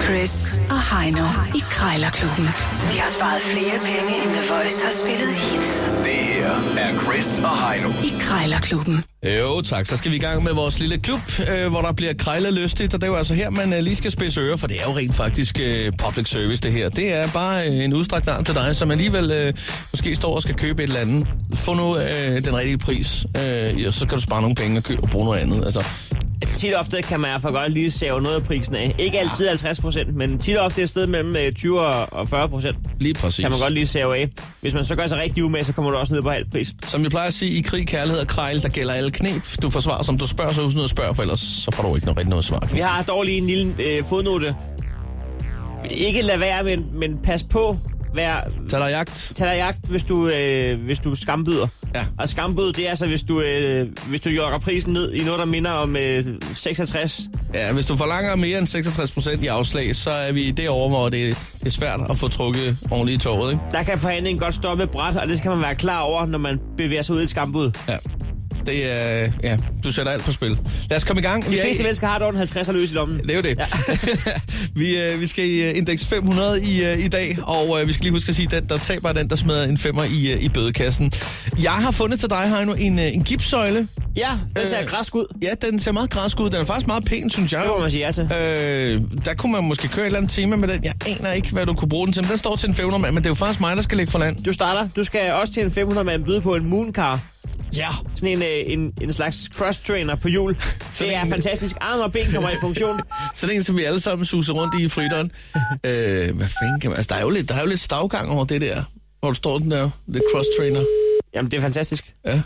Chris og Heino i Krejlerklubben. De har sparet flere penge, end The Voice har spillet hits. Det her er Chris og Heino i Krejlerklubben. Jo tak, så skal vi i gang med vores lille klub, hvor der bliver krejlerlystigt. Og det er jo altså her, man lige skal spidse ører, for det er jo rent faktisk public service det her. Det er bare en udstrakt arm til dig, som alligevel måske står og skal købe et eller andet. Få nu den rigtige pris, så kan du spare nogle penge og købe og bruge noget andet. Altså, tit ofte kan man for godt lige save noget af prisen af. Ikke altid 50%, men tit ofte et sted mellem 20 og 40%. Lige præcis. Kan man godt lige save af. Hvis man så gør sig rigtig umage, så kommer du også ned på halv pris. Som jeg plejer at sige, i krig, kærlighed og krejl, der gælder alle knep. Du får svar, som du spørger, så uden at spørge, for ellers så får du ikke noget svar. Vi har dog lige en lille fodnote. Ikke lad være, men pas på. Tag dig jagt. Tag dig jagt, hvis du skambyder. Ja. Og skambud, det er altså, hvis du jogger prisen ned i noget, der minder om 66. Ja, hvis du forlanger mere end 66% i afslag, så er vi derovre, hvor det er svært at få trukket ordentligt i toget, ikke? Der kan forhandlingen godt stoppe bræt, og det skal man være klar over, når man bevæger sig ud i et skambud. Ja. Det er, du sætter alt på spil. Lad os komme i gang. De fleste mennesker har dog en 50'er løs i lommen. Det er jo det. Ja. vi skal i indeks 500 i dag, og vi skal lige huske at sige, at den, der taber, den, der smider en 5'er i bødekassen. Jeg har fundet til dig, Heino, en gipssøjle. Ja, den ser græsk ud. Ja, den ser meget græsk ud. Den er faktisk meget pæn, synes jeg. Det må man sige ja til. Der kunne man måske køre et eller andet tema med den. Jeg aner ikke, hvad du kunne bruge den til. Men den står til en 500 mand, men det er jo faktisk mig, der skal lægge for land. Du starter. Du skal også til en 500 mand byde på en mooncar. Ja. Sådan en slags cross-trainer på hjul. Det er fantastisk. Arm og ben kommer i funktion. Sådan en, som vi alle sammen suser rundt i fritteren. Hvad fanden kan man... Altså, der er jo lidt stavgang over det der. Hvor du står den der, det cross-trainer. Jamen, det er fantastisk. Ja.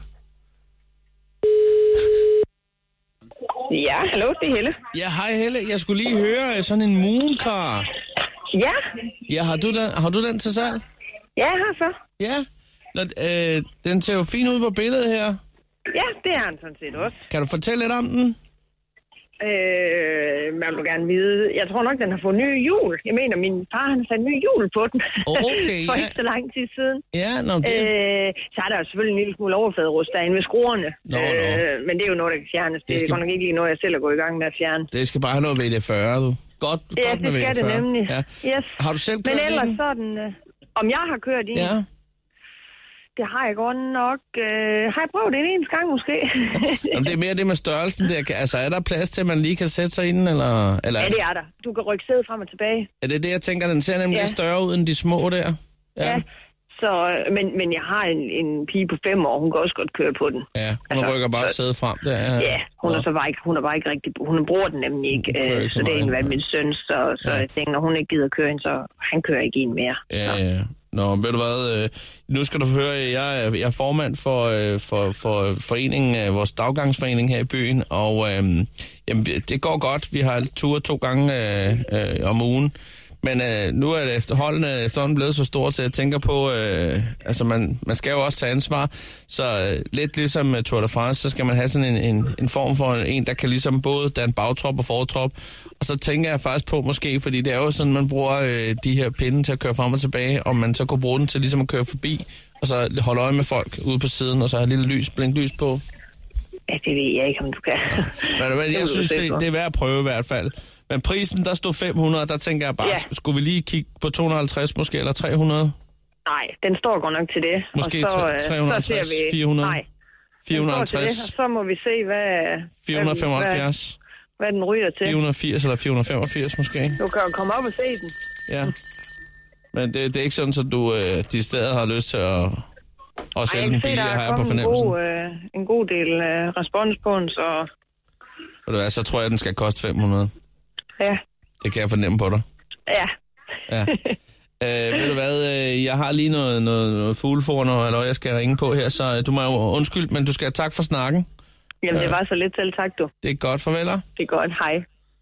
Ja, hallo, det er Helle. Ja, hej Helle. Jeg skulle lige høre sådan en mooncar. Ja. Ja, har du den til salg? Ja, jeg har så. Ja. Den ser jo fin ud på billedet her. Ja, det er han sådan set også. Kan du fortælle lidt om den? Man vil gerne vide. Jeg tror nok, den har fået nye hjul. Jeg mener, min far han sat nye hjul på den. Okay, for ja. ikke så lang tid siden. Ja, det... Så er der jo selvfølgelig en lille smule overfladerust derinde ved skruerne. Nå. Men det er jo noget, der kan fjernes. Det er godt nok ikke lige noget, jeg selv er gået i gang med at fjerne. Det skal bare have noget VD40, du. Godt ja, det med skal VD40. det nemlig. Ja. Yes. Har du selv kørt men ellers den? sådan... om jeg har kørt i... Ja. Det har jeg godt nok. Har jeg prøvet det en eneste gang, måske? Jamen, det er mere det med størrelsen der. Altså, er der plads til, at man lige kan sætte sig i den, eller? Ja, det er der. Du kan rykke sædet frem og tilbage. Er det det, jeg tænker? Den ser nemlig lidt større ud end de små der. Ja. Så, men jeg har en pige på 5 år. Hun kan også godt køre på den. Ja, hun rykker bare sædet frem der. Ja, hun er bare ikke rigtig... Hun bruger den nemlig ikke. Så det er egentlig min søn. Så jeg tænker, når hun ikke gider køre ind, så han kører ikke en mere. Ja. Nå, ved du hvad, nu skal du høre, jeg er formand for foreningen, vores daggangsforening her i byen, og jamen, det går godt. Vi har tur 2 gange om ugen, men nu er det efterhånden blevet så stort, så jeg tænker på, altså man skal jo også tage ansvar, så lidt ligesom Tour de France, så skal man have sådan en form for en, der kan ligesom både danne bagtrop og fortrop, og så tænker jeg faktisk på måske, fordi det er jo sådan, man bruger de her pinde til at køre frem og tilbage, om man så kunne bruge den til ligesom at køre forbi, og så holde øje med folk ude på siden, og så have et lille blinklys på. Ja, det ved jeg ikke, om du kan. Men jeg synes, det er værd at prøve i hvert fald. Men prisen, der stod 500, der tænker jeg bare, skulle vi lige kigge på 250 måske, eller 300? Nej, den står godt nok til det. Måske og så, 350, så 400? Nej, 450? Det, og så må vi se, hvad... 475? Hvad den ryger til. 480 eller 485 måske? Du kan jo komme op og se den. Ja. Men det er ikke sådan, at du de steder har lyst til at sælge den bil, jeg har på fornemmelsen. En god del respons på den, så... Ved du hvad, så tror jeg, at den skal koste 500. Ja. Det kan jeg fornemme på dig. Ja. Ved du hvad, jeg har lige noget fuglefor, eller jeg skal ringe på her, så du må jo undskylde, men du skal have tak for snakken. Jamen, det var så lidt selv, tak du. Det er godt, farveler. Det er godt, hej.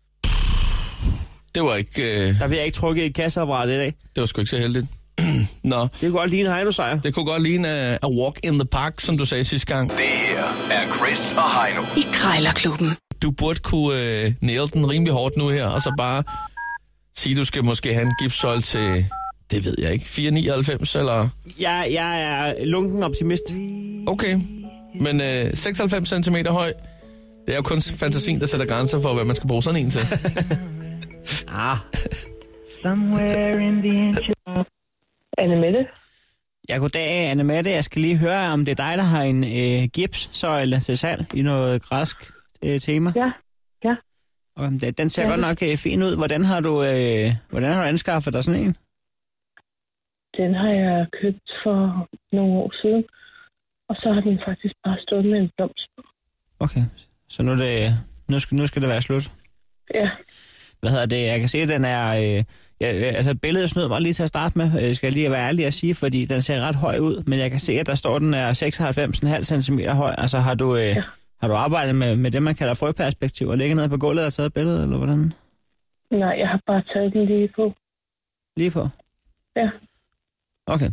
Det var ikke... Der bliver ikke trukket et kasseapparat i dag. Det var sgu ikke så heldigt. Nå. Det kunne godt ligne Heino-sejr. Det kunne godt ligne a walk in the park, som du sagde sidste gang. Det her er Chris og Heino i Krejlerklubben. Du burde kunne næle den rimelig hårdt nu her, og så bare sige, du skal måske have en gipssøjle til, det ved jeg ikke, 4,99 eller... Jeg er lunken optimist. Okay, men 96 cm høj, det er jo kun fantasien, der sætter grænser for, hvad man skal bruge sådan en til. Somewhere in the ancient... Anne-Mette? Ja, goddag, Anne-Mette. Jeg skal lige høre, om det er dig, der har en gipssøjle til salg i noget græsk tema. Ja. Og den ser godt nok fin ud. Hvordan har du anskaffet dig sådan en? Den har jeg købt for nogle år siden. Og så har den faktisk bare stået med en blomst. Okay, så nu skal det være slut. Ja. Hvad hedder det? Jeg kan se, at den er... altså, billedet snød mig lige til at starte med, skal jeg lige være ærlig at sige, fordi den ser ret høj ud, men jeg kan se, at der står, at den er 96,5 cm høj. Altså, har du arbejdet med det, man kalder frøperspektiv, og ligget nede på gulvet og taget et billede, eller hvordan? Nej, jeg har bare taget den lige på. Lige på? Ja. Okay.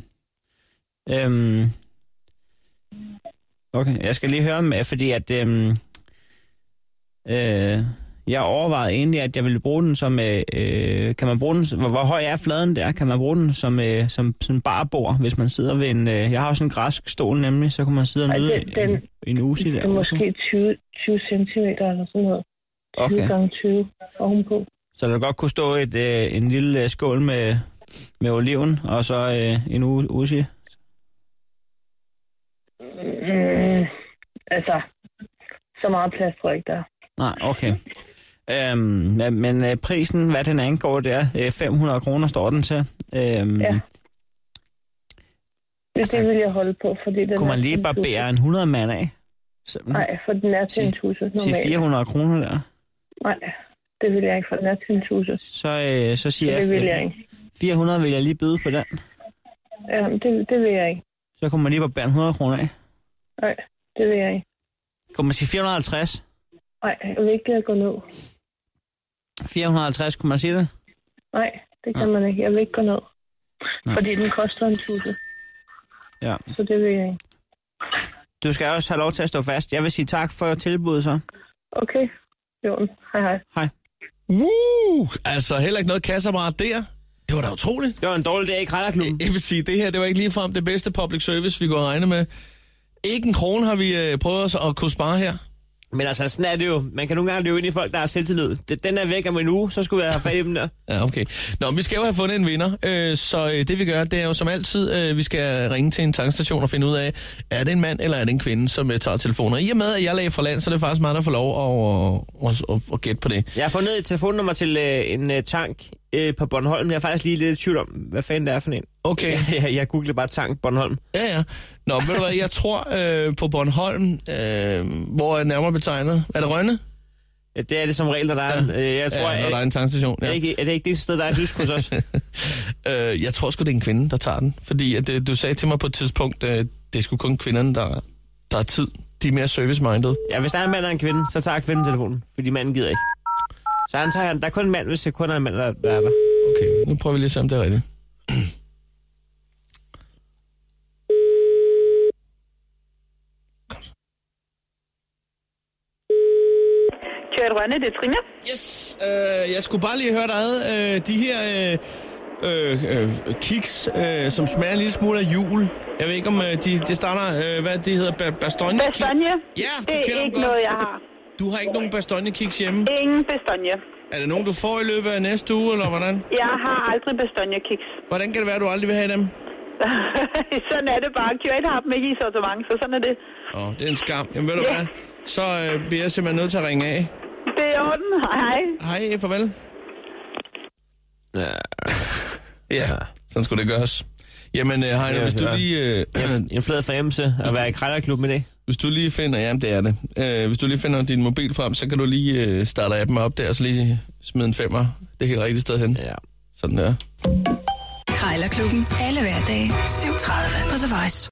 Okay, jeg skal lige høre med, fordi at... jeg overvejede egentlig, at jeg ville bruge den som... kan man bruge den... Hvor høj er fladen der? Kan man bruge den som barbord, hvis man sidder ved en... jeg har også en græsk stol nemlig, så kan man sidde og nyde en usi der. Det er måske 20 cm eller sådan noget. 20 gange 20 ovenpå. Så der godt kunne stå en lille skål med oliven, og så en usi? Altså, så meget plads tror jeg ikke, der. Nej, okay. Men prisen, hvad den angår, det er 500 kroner, står den til. Ja. Det vil jeg holde på, fordi den kunne man lige barbere en 100 mand af? Nej, for den er til en tusse normalt. Til 400 kroner der? Nej, det vil jeg ikke, for den er til en tusse. Så siger jeg... Det vil jeg ikke. 400 vil jeg lige byde på den. Ja, det vil jeg ikke. Så kunne man lige barbere 100 kroner af? Nej, det vil jeg ikke. Kunne man sige 450? Nej, jeg vil ikke gå ned. 450, kunne man sige det? Nej, det kan man ikke. Jeg vil ikke gå ned. Nej. Fordi den koster en tusse. Ja. Så det vil jeg ikke. Du skal også have lov til at stå fast. Jeg vil sige tak for tilbuddet så. Okay. Jo, hej. Hej. Altså heller ikke noget kasseapparat der. Det var da utroligt. Det var en dårlig dag i Krejlerklubben. Jeg vil sige, det her, det var ikke ligefrem det bedste public service, vi kunne regne med. Ikke en krone har vi prøvet os at kunne spare her. Men altså, sådan er det jo. Man kan nogle gange løbe ind i folk, der har selvtillid. Den er væk om en uge, så skulle jeg have fat i dem der. Ja, okay. Nå, vi skal jo have fundet en vinder. Så det vi gør, det er jo som altid, vi skal ringe til en tankstation og finde ud af, er det en mand eller er det en kvinde, som tager telefoner. I og med, at jeg lagde fra land, så er det faktisk mig, der får lov at gætte på det. Jeg har fundet et telefonnummer til en tank på Bornholm. Jeg er faktisk lige lidt i tvivl om, hvad fanden det er for en. Okay. Jeg googlede bare tank Bornholm. Ja. Nå, ved du hvad, jeg tror på Bornholm, hvor er nærmere betegnet. Er det Rønne? Ja, det er det som regel, der er. Jeg tror, når der er en tankstation. Ja. Er det ikke det sted, der er et lyskryds også? Jeg tror sgu, det er en kvinde, der tager den. Fordi at, du sagde til mig på et tidspunkt, det er sgu kun kvinderne, der er tid. De er mere service-minded. Ja, hvis der er en mand og en kvinde, så tager kvinden telefonen, fordi manden gider ikke. Så han tager, der er kun en mand, hvis det kun er en mand, der er der. Okay, nu prøver vi lige at se, om det er rigtigt. Kjørt Rønne, det er Trine. Yes, jeg skulle bare lige høre dig. De her kiks, som smager en lille smule af jul. Jeg ved ikke, om de starter, hvad det hedder, bastogne? Bastogne? Ja, du det kender er dem ikke godt. noget, jeg har. Du har ikke nogen bastogne-kiks hjemme? Ingen bastogne. Er det nogen, du får i løbet af næste uge, eller hvordan? Jeg har aldrig bastogne-kiks. Hvordan kan det være, at du aldrig vil have dem? Sådan er det bare. Kjørt har dem ikke i sortiment, så sådan er det. Det er en skam. Jamen ved du hvad, så bliver jeg simpelthen nødt til at ringe af. Det er i orden. Hej. Hej, farvel. Ja, sådan skulle det gøres. Jamen, Heino, hvis du lige... en flad fornemmelse at være i Krejlerklubben i dag. Hvis du lige finder... Jamen, det er det. Hvis du lige finder din mobil frem, så kan du lige starte appen op der, og så lige smide en 5'er. Det er helt rigtigt sted hen. Ja. Sådan der. Krejlerklubben. Alle hverdage. 7:30 på The Voice.